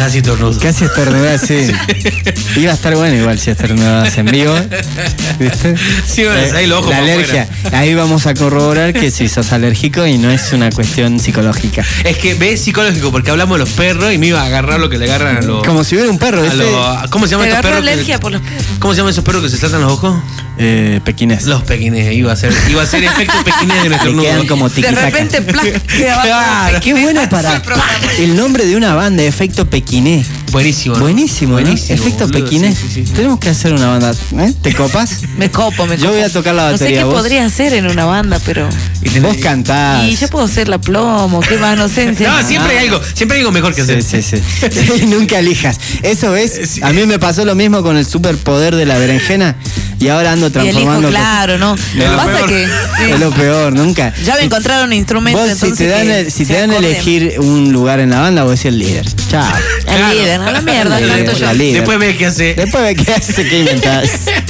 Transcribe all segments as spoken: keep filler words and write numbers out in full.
Casi estornudo. Casi estornudás, sí. sí. Iba a estar bueno igual si estornudabas en vivo. ¿Viste? Sí, bueno, eh, ahí los ojos la alergia. Afuera. Ahí vamos a corroborar que si sos alérgico y no es una cuestión psicológica. Es que ves psicológico porque hablamos de los perros y me iba a agarrar lo que le agarran a los. Como si hubiera un perro, ¿viste? Los, ¿Cómo se llaman estos perros? alergia que, por los perros. ¿Cómo se llaman esos perros que se saltan los ojos? Eh, pequinés. Los pequinés. Iba a ser, iba a ser efecto pequinés de nuestro nudo. Quedan como de repente, plac, claro. Qué bueno para el nombre de una banda, Efecto Pequiné. Buenísimo. Buenísimo, Buenísimo. ¿no? Efecto boludo, Pequiné. Sí, sí, sí. Tenemos que hacer una banda. ¿Eh? ¿Te copas? Me copo, me copo. Yo voy a tocar la batería. No sé qué ¿vos? podría hacer en una banda, pero. Y tenés... Vos cantás. Y yo puedo hacer la plomo, qué más, no sé. No, siempre hay algo, siempre hay algo mejor que hacer. Sí, sí, sí. Nunca elijas. Eso es. A mí me pasó lo mismo con el superpoder de la berenjena y ahora ando transformando. Y elijo, claro, ¿no? Lo Lo pasa peor. que. Sí. Es lo peor, nunca. Ya me si, encontraron un instrumento. Vos, entonces si te dan, el, si te dan a elegir un lugar en la banda, vos decís el líder. Chao. El claro. líder, a la mierda. El líder, yo. La líder. Después ve qué hace. Después ve qué hace, qué inventás.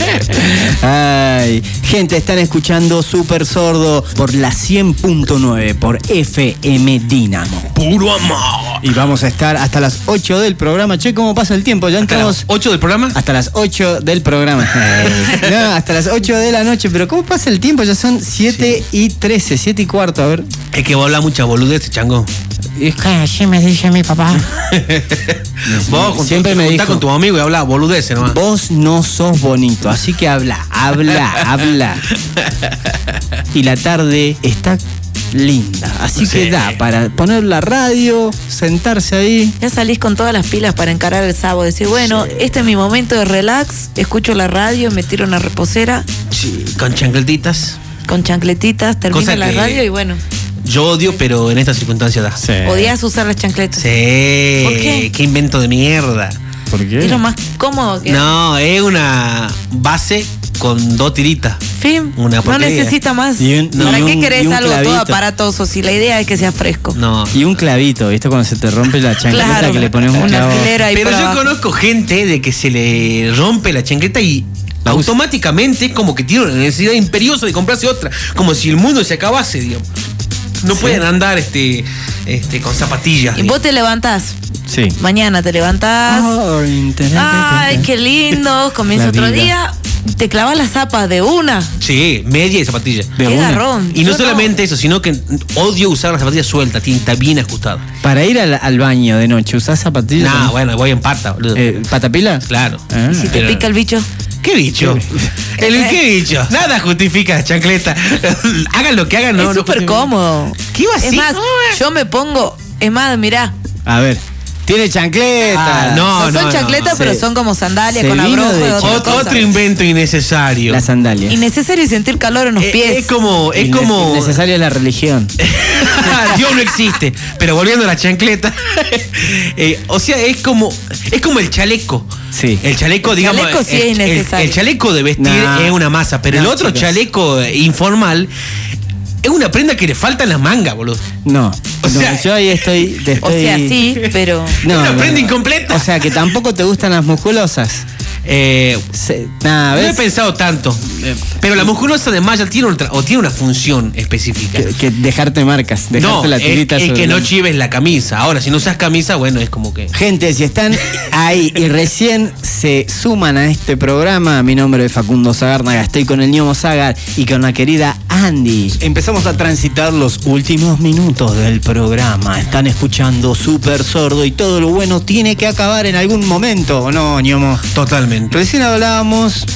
Ay, gente, están escuchando Super Sordo por la cien punto nueve, por F M Dínamo. Puro amor. Y vamos a estar hasta las ocho del programa. Che, ¿cómo pasa el tiempo? Ya entramos. ¿Hasta las ocho del programa? Hasta las ocho del programa. No, hasta las ocho de la noche. Pero ¿cómo pasa el tiempo? Ya son siete y trece, siete y cuarto. A ver. Es que vos hablas mucha boludez, chango. Es que así me dice mi papá. Vos con siempre tu, me dijo, con tu amigo y habla boludeces nomás. Vos no sos bonito, así que habla, habla, habla. Y la tarde está linda, así sí. que da para poner la radio, sentarse ahí. Ya salís con todas las pilas para encarar el sábado, decir, bueno, sí. este es mi momento de relax, escucho la radio, me tiro una reposera. Sí, con chancletitas. Con chancletitas, termina la radio y bueno. Yo odio, pero en estas circunstancias da. Sí. ¿Odias usar las chancletas? Sí. ¿Por qué? Qué invento de mierda. ¿Por qué? Es lo más cómodo que No, es una base con dos tiritas. Fin. Una no necesita más. Un, no, ¿Para un, qué querés algo clavito. todo aparatoso si la idea es que sea fresco? No. Y un clavito, ¿viste? Cuando se te rompe la chancleta claro, que le ponemos un clavo. Ahí pero yo abajo. conozco gente de que se le rompe la chancleta y la automáticamente es como que tiene una necesidad imperiosa de comprarse otra. Como si el mundo se acabase, digamos. No ¿Sí? pueden andar este, este, con zapatillas. Y vos te levantás. Sí. Mañana te levantás. Oh, ay, qué lindo. Comienza otro día. Te clavas las zapas de una. Sí, media y zapatilla. De qué una. garrón. Y no Yo solamente no. eso, sino que odio usar las zapatillas sueltas, está bien ajustada. Para ir al, al baño de noche, ¿usás zapatillas? No, nah, bueno, voy en pata, boludo. Eh, ¿Patapila? Claro. Ah, ¿Y si te pero... pica el bicho? ¿Qué bicho? ¿El qué bicho? Nada justifica, chancleta. Hagan lo que hagan, no. Es súper no cómodo. ¿Qué iba a Es decir? más, yo me pongo. Es más, mirá. A ver. Tiene chancleta. Ah, no, no, no son no, chancletas, no. pero Se, son como sandalias se con vino abrojo. de Otra Otro, cosa. otro invento innecesario. Las sandalias. Innecesario sentir calor en los Eh, pies. Es como. Es Inne- como. Innecesaria la religión. Dios no existe. Pero volviendo a la chancleta. eh, o sea, es como. Es como el chaleco. Sí. El chaleco, El digamos. chaleco sí el, es el- innecesario. El, chaleco de vestir Nah. es una masa. Pero No, el otro chicos. chaleco eh, informal. Es una prenda que le faltan las mangas, boludo. No. O no, sea- yo ahí estoy, estoy. O sea, sí, pero. No, es una no, prenda no. incompleta. O sea, que tampoco te gustan las musculosas. Eh, Se, nah, no he ¿ves? pensado tanto. Eh, pero la musculosa de malla tiene otra, o tiene una función específica. Que, que dejarte marcas, dejarte No, la es, tirita es sobre que no la- chives la camisa. Ahora, si no usas camisa, bueno, es como que. Gente, si están ahí y recién se suman a este programa, mi nombre es Facundo Sagárnaga, estoy con el ñomo Zagar y con la querida Andy. Empezamos a transitar los últimos minutos del programa. Están escuchando Super Sordo y todo lo bueno tiene que acabar en algún momento, ¿o no, ñomo? Totalmente. Recién hablábamos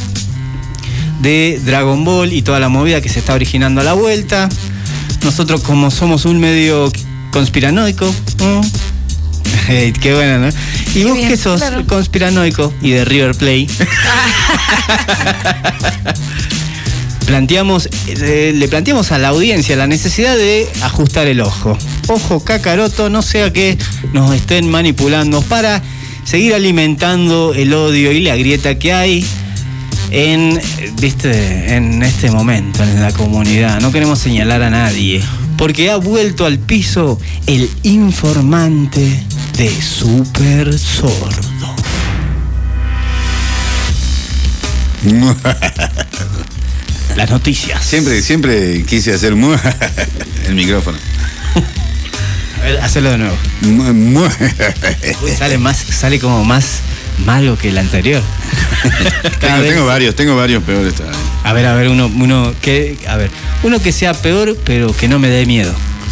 de Dragon Ball y toda la movida que se está originando a la vuelta. Nosotros, como somos un medio conspiranoico, ¿no? Hey, qué bueno, ¿no? ¿Y Qué vos bien, qué sos? claro. Conspiranoico y de River Plate. Planteamos, eh, le planteamos a la audiencia la necesidad de ajustar el ojo. Ojo cacaroto, no sea que nos estén manipulando para seguir alimentando el odio y la grieta que hay en, ¿viste? En este momento en la comunidad. No queremos señalar a nadie, porque ha vuelto al piso el informante de Super Sordo. Las noticias. Siempre, siempre quise hacer mu- el micrófono. A ver, hacelo de nuevo. Mu- mu- Sale más, sale como más malo que el anterior. Cada tengo, vez- tengo varios, tengo varios peores todavía. A ver, a ver, uno, uno que, a ver, uno que sea peor, pero que no me dé miedo.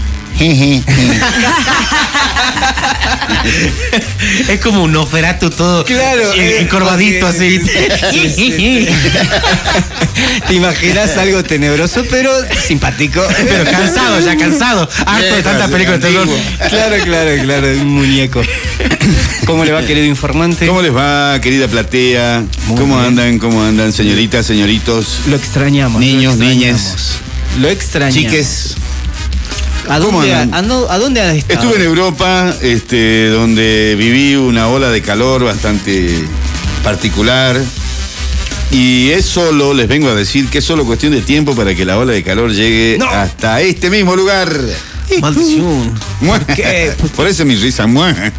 Es como un Nosferatu todo Claro, en- eh, encorvadito porque- así. Te imaginas algo tenebroso, pero simpático. Pero cansado, ya cansado. Harto de tantas películas de terror. Claro, claro, claro, un muñeco. ¿Cómo le va, querido informante? ¿Cómo les va, querida platea? Muy ¿Cómo bien. andan? ¿Cómo andan, señoritas, señoritos? Lo extrañamos. Niños, lo extrañamos. niñas. Lo extrañamos. Chiques. ¿A ¿Cómo dónde, andan? ando- ¿A dónde has estado? Estuve en Europa, este, donde viví una ola de calor bastante particular. Y es solo, les vengo a decir que es solo cuestión de tiempo para que la ola de calor llegue No. hasta este mismo lugar. Maldición. qué? Por eso mi risa.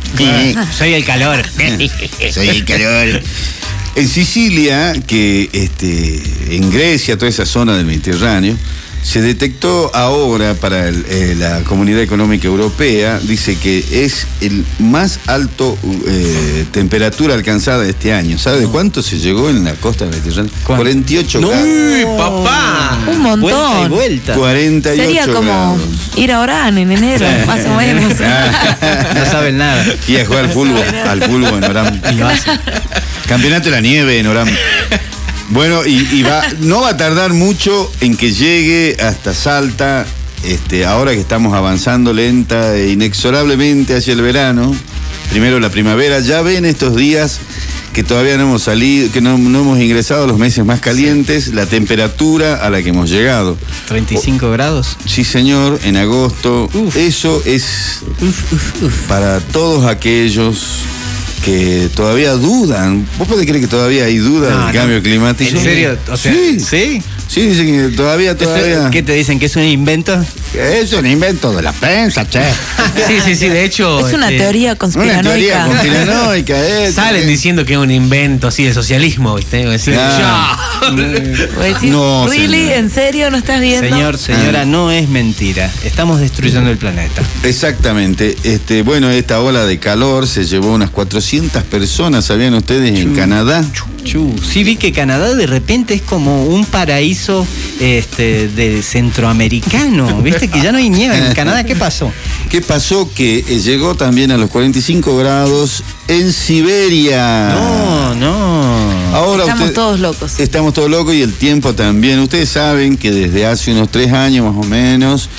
Soy el calor. Soy el calor. En Sicilia, que este, en Grecia, toda esa zona del Mediterráneo, se detectó ahora para el- eh, la Comunidad Económica Europea, dice que es el más alto eh, temperatura alcanzada este año. ¿Sabe de cuánto se llegó en la costa del Mediterráneo? ¿Cuánto? cuarenta y ocho No. grados. ¡Uy, papá! Un montón. Vuelta y vuelta. cuarenta y ocho Sería como grados. ir a Orán en enero, más o menos. No saben nada. Y a jugar al fútbol, al fútbol en Orán. Y lo hacen. Campeonato de la nieve en Orán. Bueno, y, y va, no va a tardar mucho en que llegue hasta Salta, este, ahora que estamos avanzando lenta e inexorablemente hacia el verano, primero la primavera, ya ven estos días que todavía no hemos salido, que no, no hemos ingresado a los meses más calientes, la temperatura a la que hemos llegado. treinta y cinco grados. Sí, señor, en agosto. Uf. Eso es para todos aquellos que todavía dudan. ¿Vos podés creer que todavía hay duda No, del no. cambio climático? ¿En serio? O sea, sí. ¿sí? Sí, dicen que todavía, ¿Eso- todavía. ¿Qué te dicen? ¿Que es un invento? Es un invento de la prensa, che. Sí, sí, sí, de hecho. Es una este, teoría Una teoría conspiranoica. conspiranoica, eh. Salen diciendo que es un invento así de socialismo, ¿viste? Voy a decir, Ah. ya. Voy a decir, No, ¿really? señor. ¿En serio no estás viendo? Señor, señora, no es mentira. Estamos destruyendo el planeta. Exactamente. Este, bueno, esta ola de calor se llevó unas cuatrocientas personas, ¿sabían ustedes? En Canadá. Chu. Sí vi que Canadá de repente es como un paraíso este, de centroamericano. ¿Viste que ya no hay nieve en Canadá? ¿Qué pasó? ¿Qué pasó? Que eh, llegó también a los cuarenta y cinco grados en Siberia. No, no. Ahora Estamos usted- todos locos. Estamos todos locos y el tiempo también. Ustedes saben que desde hace unos tres años más o menos,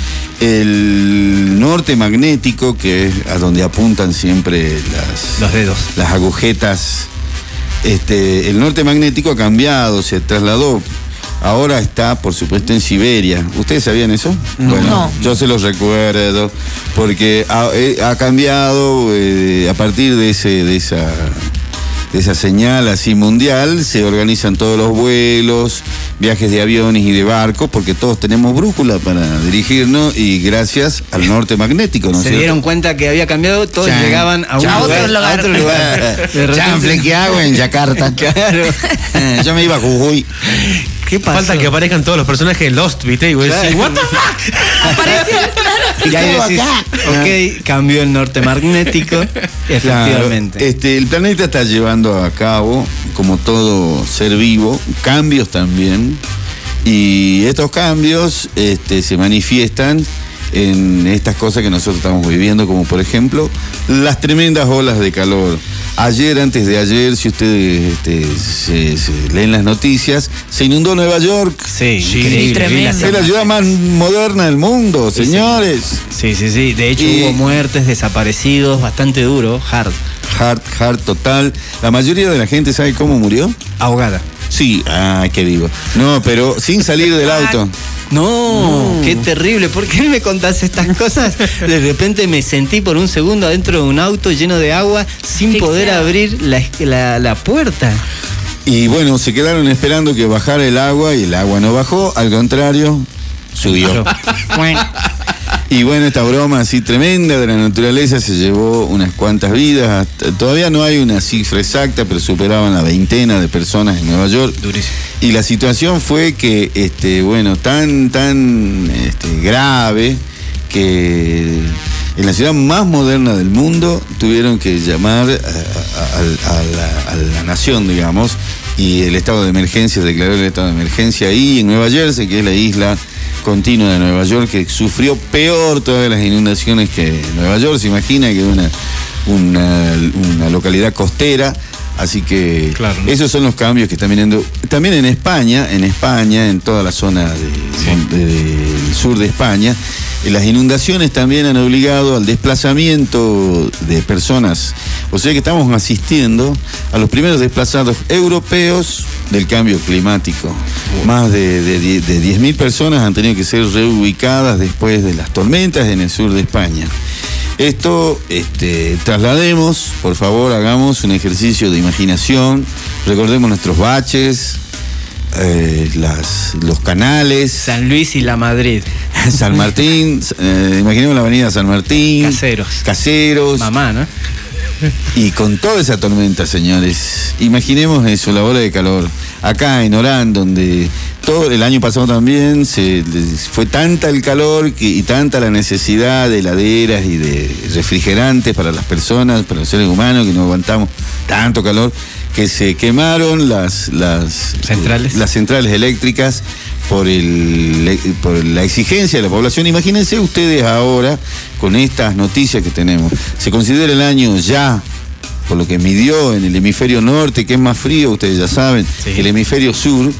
el norte magnético, que es a donde apuntan siempre las, Los dedos. las agujetas, este, el norte magnético ha cambiado, se trasladó. Ahora está, por supuesto, en Siberia. ¿Ustedes sabían eso? No. Bueno, No. yo se los recuerdo, porque ha, eh, ha cambiado eh, a partir de ese, de esa, de esa señal así mundial, se organizan todos los vuelos, viajes de aviones y de barcos, porque todos tenemos brújula para dirigirnos y gracias al norte magnético, ¿no es Se cierto? dieron cuenta que había cambiado, todos Chan, llegaban a un chan. lugar, Otro lugar. a otro lugar. De repente- Chanfle, ¿qué hago en Yakarta? Claro. Yo me iba a Jujuy. ¿Qué pasó? Falta que aparezcan todos los personajes de Lost, ¿viste? Y vos decís, Claro. ¿what the fuck? Apareció, Y ahí Todo decís, ok, cambió el norte magnético. Efectivamente. Claro, este, el planeta está llevando a cabo, como todo ser vivo, cambios también. Y estos cambios este, se manifiestan en estas cosas que nosotros estamos viviendo, como por ejemplo las tremendas olas de calor. Ayer, antes de ayer, si ustedes este, se, se leen las noticias, se inundó Nueva York. Sí, Sí, increíble. tremendo. vi Es la las ciudad más moderna del mundo, Sí, señores. Sí, sí, sí. De hecho, Y- hubo muertes, desaparecidos, bastante duro, hard. Hard, hard total. La mayoría de la gente sabe cómo murió. Ahogada. Sí, ah, qué vivo. No, pero sin salir del auto. No, qué terrible. ¿Por qué me contás estas cosas? De repente me sentí por un segundo adentro de un auto lleno de agua sin Asfixiado. poder abrir la, la, la puerta. Y bueno, se quedaron esperando que bajara el agua y el agua no bajó, al contrario, subió. Y bueno, esta broma así tremenda de la naturaleza se llevó unas cuantas vidas. Hasta- todavía no hay una cifra exacta, pero superaban la veintena de personas en Nueva York. Durísimo. Y la situación fue que, este, bueno, tan, tan este, grave que en la ciudad más moderna del mundo, tuvieron que llamar a, a, a, a, la, a la nación, digamos, y el estado de emergencia, declaró el estado de emergencia ahí en Nueva Jersey, que es la isla continua de Nueva York, que sufrió peor todas las inundaciones que Nueva York. Se imagina que es una, una, una localidad costera. Así que claro, ¿no? Esos son los cambios que están viniendo. También en España, en España, en toda la zona de, sí. de, de, del sur de España, las inundaciones también han obligado al desplazamiento de personas. O sea que estamos asistiendo a los primeros desplazados europeos del cambio climático. Wow. Más de, de, de diez mil personas han tenido que ser reubicadas después de las tormentas en el sur de España. Esto, este, traslademos, por favor, hagamos un ejercicio de imaginación, recordemos nuestros baches, eh, las, los canales. San Luis y la Madrid. San Martín, eh, imaginemos la avenida San Martín. Caseros. Caseros. Mamá, ¿no? Y con toda esa tormenta, señores, imaginemos eso, la ola de calor. Acá en Orán, donde todo el año pasado también se, fue tanta el calor que, y tanta la necesidad de heladeras y de refrigerantes para las personas, para los seres humanos, que no aguantamos tanto calor, que se quemaron las, las, centrales, las centrales eléctricas por, el, por la exigencia de la población. Imagínense ustedes ahora con estas noticias que tenemos. Se considera el año ya, por lo que midió en el hemisferio norte, que es más frío, ustedes ya saben, sí. El hemisferio sur,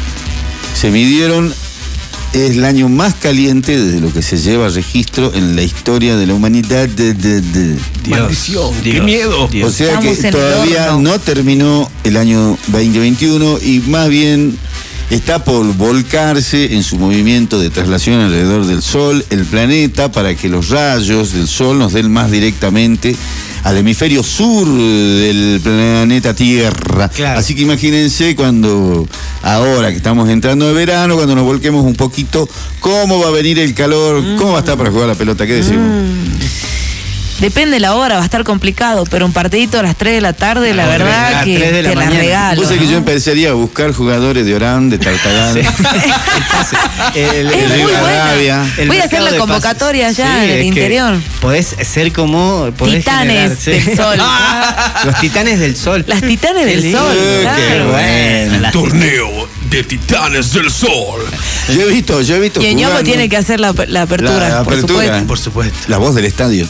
se midieron, es el año más caliente desde lo que se lleva registro en la historia de la humanidad. De, de, de. Dios, maldición, Dios, qué miedo. Dios. O sea que todavía no terminó el año veinte veintiuno y más bien está por volcarse en su movimiento de traslación alrededor del Sol, el planeta, para que los rayos del Sol nos den más directamente al hemisferio sur del planeta Tierra. Claro. Así que imagínense cuando, ahora que estamos entrando de verano, cuando nos volquemos un poquito, cómo va a venir el calor, mm. cómo va a estar para jugar la pelota, ¿qué decimos? Mm. Depende la hora, va a estar complicado, pero un partidito a las tres de la tarde, la, la verdad que te la, la regalo. Vos sabés, ¿no? Que yo empezaría a buscar jugadores de Orán, de Tartagal. Sí. el, el, el Rivadavia. Voy a hacer la convocatoria allá sí, en el interior. Podés ser como... Podés titanes generar, del sol. Los titanes del sol. Las titanes del sí, sol. Claro. Qué bueno. El torneo de titanes del sol. Yo he visto, yo he visto Y Ñoco tiene que hacer la, la apertura, la, la por apertura, supuesto. Por supuesto. La voz del estadio.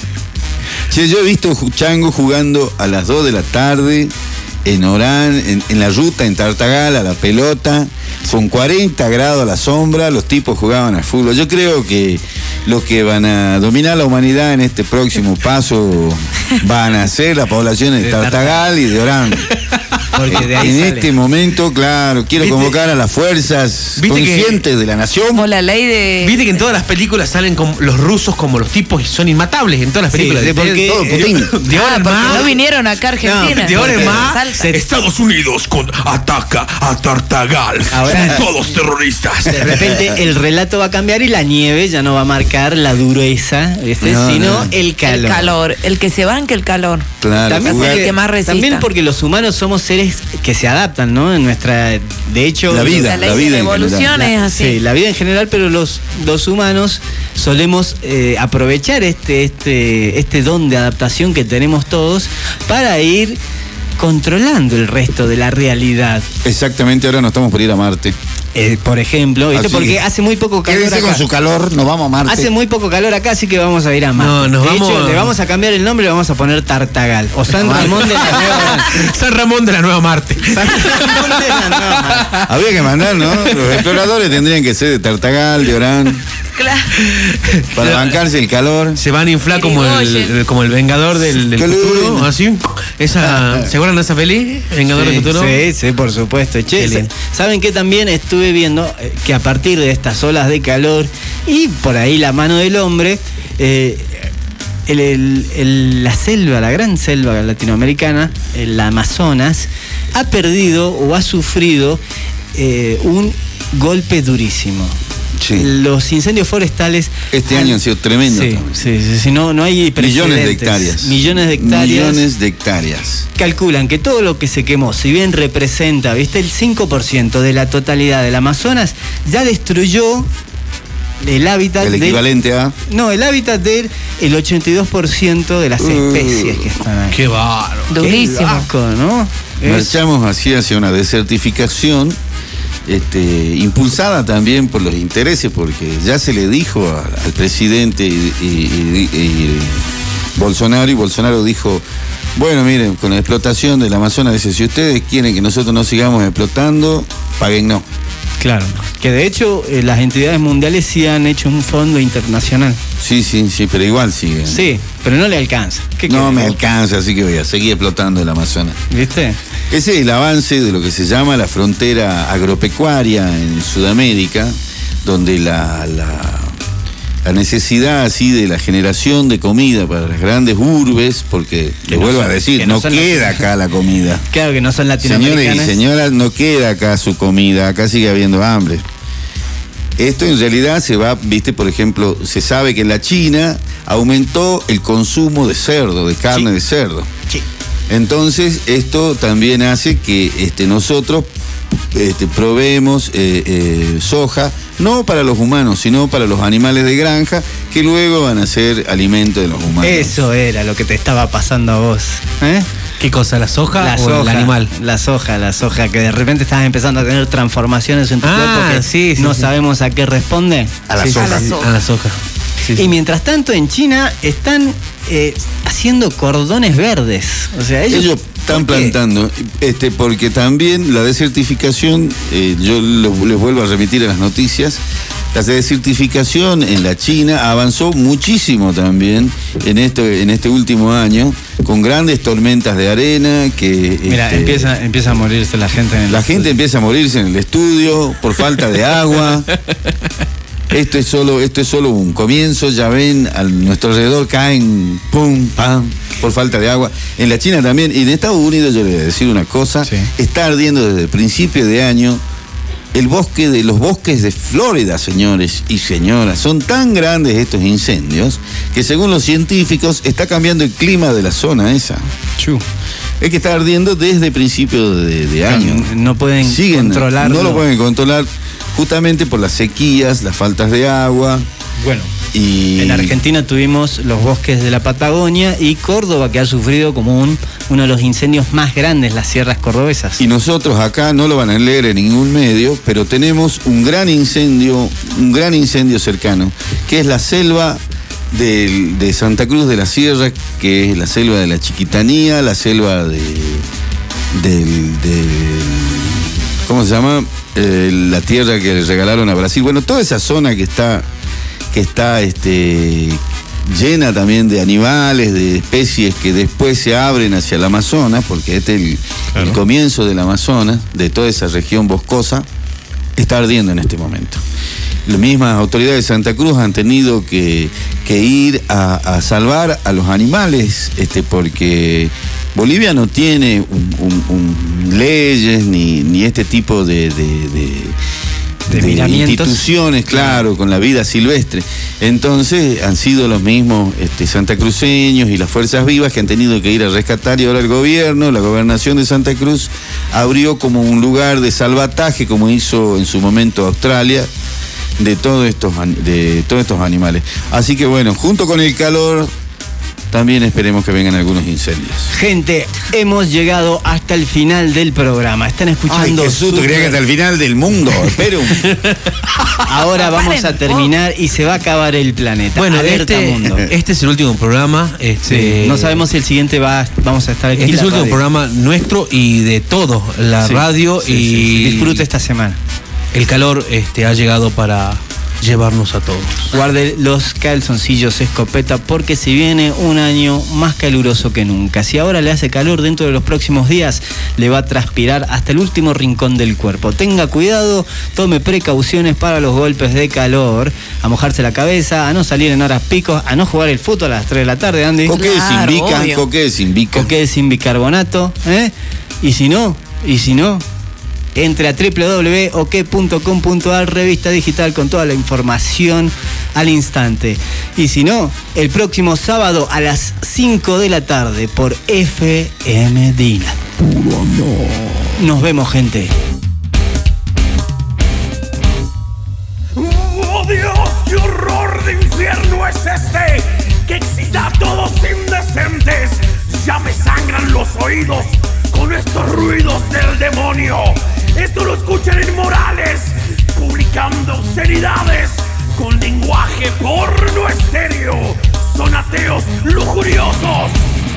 Sí, yo he visto Chango jugando a las dos de la tarde en Orán, en, en la ruta, en Tartagal, a la pelota, con cuarenta grados a la sombra, los tipos jugaban al fútbol. Yo creo que los que van a dominar la humanidad en este próximo paso van a ser las poblaciones de Tartagal y de Orán. Porque de ahí en sale. Este momento, claro, quiero ¿Viste? convocar a las fuerzas conscientes que, de la nación. Como la ley de... Viste que en todas las películas salen como los rusos como los tipos y son inmatables en todas las películas. Sí, de, porque, todo Putin. De ahora ah, más, no vinieron acá a Argentina. No, de ahora en más, Estados Unidos con ataca a Tartagal. Ahora, son todos terroristas. De repente el relato va a cambiar y la nieve ya no va a marcar la dureza, ¿viste? No, sino no. el calor. El calor, el que se banque el calor. Claro. También porque, el que más resista. También porque los humanos somos seres que se adaptan, ¿no? En nuestra, de hecho, la vida, la, la vida en evolución es así. Sí, la vida en general, pero los, los humanos solemos eh, aprovechar este, este, este don de adaptación que tenemos todos para ir controlando el resto de la realidad. Exactamente, ahora nos estamos por ir a Marte. Eh, por ejemplo, ¿viste? Porque hace muy poco calor. Quédense acá. Con su calor, nos vamos a Marte. Hace muy poco calor acá, así que vamos a ir a Marte. No, nos de vamos... hecho, le vamos a cambiar el nombre y le vamos a poner Tartagal. O San Ramón de la Nueva San Ramón de la Nueva Marte. San Ramón de la Nueva Marte. Habría que mandar, ¿no? Los exploradores tendrían que ser de Tartagal, de Orán. Claro. Para bancarse el calor. Se van a inflar como el, como el Vengador del, del futuro, así. Esa, ¿se acuerdan de esa peli? Vengador sí, del futuro. Sí, sí, por supuesto. Che, ¿saben qué? También estuve viendo que a partir de estas olas de calor y por ahí la mano del hombre, eh, el, el, el, la selva, la gran selva latinoamericana, el Amazonas, ha perdido o ha sufrido eh, un golpe durísimo. Sí. Los incendios forestales este han, año han sido tremendos. Sí, sí, sí, sí, no, no hay millones de hectáreas. Millones de hectáreas. Millones de hectáreas. Calculan que todo lo que se quemó, si bien representa, ¿viste? el cinco por ciento de la totalidad del Amazonas, ya destruyó el hábitat. El equivalente del, a. No, el hábitat del el ochenta y dos por ciento de las especies uh, que están ahí. Qué bárbaro. Durísimo. Qué asco, ¿no? Marchamos así hacia una desertificación este, impulsada también por los intereses, porque ya se le dijo a, al presidente y, y, y, y Bolsonaro, y Bolsonaro dijo, bueno, miren, con la explotación del Amazonas, dice, si ustedes quieren que nosotros no sigamos explotando, paguen no. Claro, que de hecho eh, las entidades mundiales sí han hecho un fondo internacional. Sí, sí, sí, pero igual siguen. Sí, pero no le alcanza. ¿Qué no queremos? me alcanza, así que voy a seguir explotando el Amazonas. ¿Viste? Ese es el avance de lo que se llama la frontera agropecuaria en Sudamérica, donde la, la, la necesidad así de la generación de comida para las grandes urbes, porque le vuelvo a decir, no queda acá la comida. Claro que no son latinoamericanas. Señores y señoras, no queda acá su comida, acá sigue habiendo hambre. Esto en realidad se va, viste, por ejemplo, se sabe que en la China aumentó el consumo de cerdo, de carne sí. de cerdo. Sí. Entonces, esto también hace que este, nosotros este, proveemos eh, eh, soja, no para los humanos, sino para los animales de granja, que luego van a ser alimento de los humanos. Eso era lo que te estaba pasando a vos. ¿Eh? ¿Qué cosa? ¿La soja la o soja, el animal? La soja, la soja, que de repente estás empezando a tener transformaciones en tu ah, cuerpo que sí, sí, no sí. sabemos a qué responde. A la sí, soja. A la soja. A la soja. Sí, sí. Y mientras tanto en China están eh, haciendo cordones verdes. O sea, ellos, ellos están ¿por qué? plantando, este, porque también la desertificación, eh, yo lo, les vuelvo a remitir a las noticias, la desertificación en la China avanzó muchísimo también en este, en este último año, con grandes tormentas de arena que... Mira, este, empieza, empieza a morirse la gente en el La gente empieza a morirse en el estudio por falta de agua. Esto es solo, esto es solo un comienzo, ya ven, a nuestro alrededor caen, pum, pam, por falta de agua. En la China también, y en Estados Unidos, yo le voy a decir una cosa, sí. está ardiendo desde el principio de año el bosque de los bosques de Florida, señores y señoras. Son tan grandes estos incendios que según los científicos está cambiando el clima de la zona esa. Chu. Es que está ardiendo desde principio de, de año. No, no pueden Siguen, controlarlo. No lo pueden controlar justamente por las sequías, las faltas de agua. Bueno, y en Argentina tuvimos los bosques de la Patagonia y Córdoba, que ha sufrido como un, uno de los incendios más grandes, las sierras cordobesas. Y nosotros acá no lo van a leer en ningún medio, pero tenemos un gran incendio, un gran incendio cercano, que es la selva de, de Santa Cruz de la Sierra, que es la selva de la Chiquitanía, la selva de... del... del ¿cómo se llama? Eh, la tierra que le regalaron a Brasil. Bueno, toda esa zona que está... que está este, llena también de animales, de especies que después se abren hacia el Amazonas, porque este es el, claro. el comienzo del Amazonas, de toda esa región boscosa, está ardiendo en este momento. Las mismas autoridades de Santa Cruz han tenido que, que ir a, a salvar a los animales, este, porque Bolivia no tiene un, un, un leyes ni, ni este tipo de... de, de de, de miramientos. Instituciones, claro, con la vida silvestre. Entonces han sido los mismos este, santacruceños y las fuerzas vivas que han tenido que ir a rescatar, y ahora el gobierno, la gobernación de Santa Cruz, abrió como un lugar de salvataje, como hizo en su momento Australia, de todos estos, de todos estos animales. Así que bueno, junto con el calor, también esperemos que vengan algunos incendios. Gente, hemos llegado hasta el final del programa. Están escuchando... Ay, Jesús, tú creías que hasta el final del mundo. Espera un... Ahora vamos a terminar y se va a acabar el planeta. Bueno, Alerta este, Mundo. este es el último programa. Este, Sí, no sabemos si el siguiente va, vamos a estar aquí. Este en es el la último radio. programa nuestro y de todo, la Sí, radio sí, y sí, sí. Disfrute esta semana. el calor este, ha llegado para llevarnos a todos. Guarde los calzoncillos escopeta, porque se viene un año más caluroso que nunca. Si ahora le hace calor, dentro de los próximos días le va a transpirar hasta el último rincón del cuerpo. Tenga cuidado, tome precauciones para los golpes de calor, a mojarse la cabeza, a no salir en horas picos, a no jugar el fútbol a las tres de la tarde, Andy. Coque Claro, sin bica, obvio. coque sin bica. Coque sin bicarbonato, ¿eh? Y si no, y si no, entre a doble u doble u doble u punto o que punto com punto a r, revista digital con toda la información al instante. Y si no, el próximo sábado a las cinco de la tarde por F M Dina. Puro amor. Nos vemos, gente. ¡Oh, Dios! ¡Qué horror de infierno! infierno es este que excita a todos indecentes. Ya me sangran los oídos con estos ruidos del demonio. Esto lo escuchan inmorales, publicando obscenidades con lenguaje porno estéreo. Son ateos lujuriosos.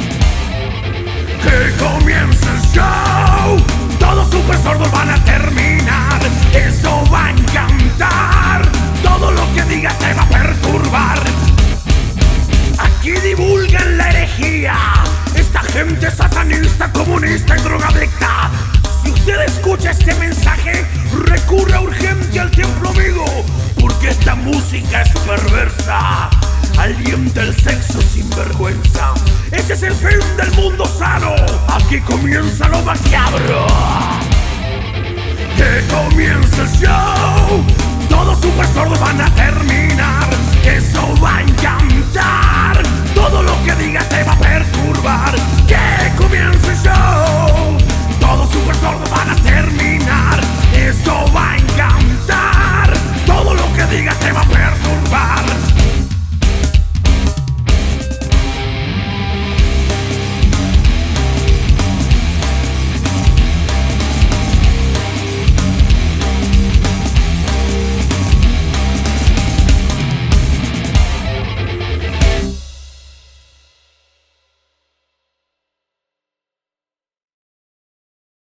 Que comience el show. Todos super sordos van a terminar. Eso va a encantar. Todo lo que diga te va a perturbar. Aquí divulgan la herejía. Esta gente satanista, comunista y drogadicta. Si usted escucha este mensaje, recurra urgente al templo amigo, porque esta música es perversa. Alienta el sexo sin vergüenza. Ese es el fin del mundo sano. Aquí comienza lo macabro. Que comience el show. Todos super sordos van a tener